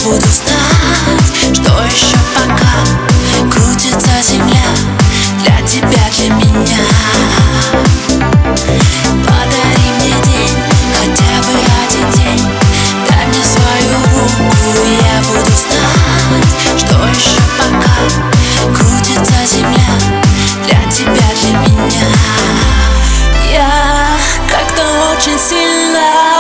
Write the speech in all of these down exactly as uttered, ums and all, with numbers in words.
буду знать, что еще пока крутится земля для тебя, для меня. Подари мне день, хотя бы один день, дай мне свою руку, и я буду знать, что еще пока крутится земля для тебя, для меня. Я как-то очень сильно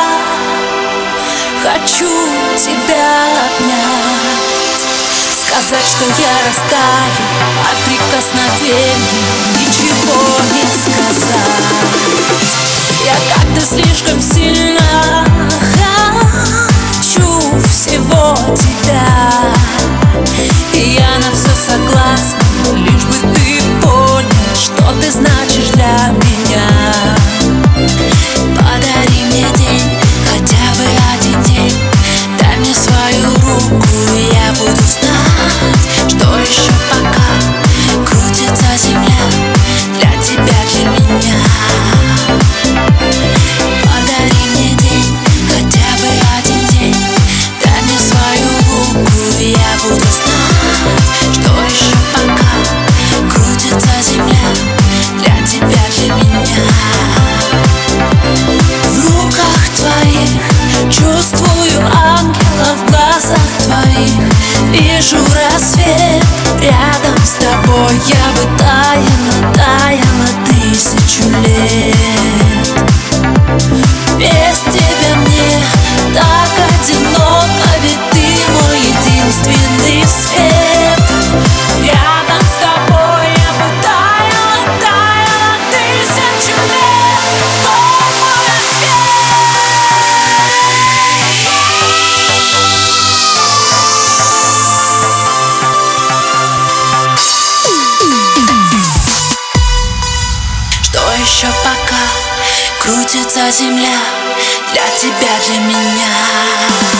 хочу тебя обнять, сказать, что я растаю от прикосновений, ничего не сказать. Я как-то слишком сильно хочу всего тебя, и я на все согласна, лишь бы ты понял, что ты значишь для меня. Подари мне день, хотя бы один день, дай мне свою руку, и я буду знать, что еще пока крутится земля для тебя, для меня. Подари мне день, хотя бы один день, дай мне свою руку, и я буду знать, что еще пока крутится земля для тебя, для меня. В руках твоих чувствую ангела, в глазах твоих вижу рассвет. Рядом с тобой я бы таяла, таяла тысячу лет. Без тебя мне так одиноко, ведь ты мой единственный свет. Рядом с тобой я бы таяла, таяла тысячу лет. О, мой Что еще пока крутится земля для тебя, для меня.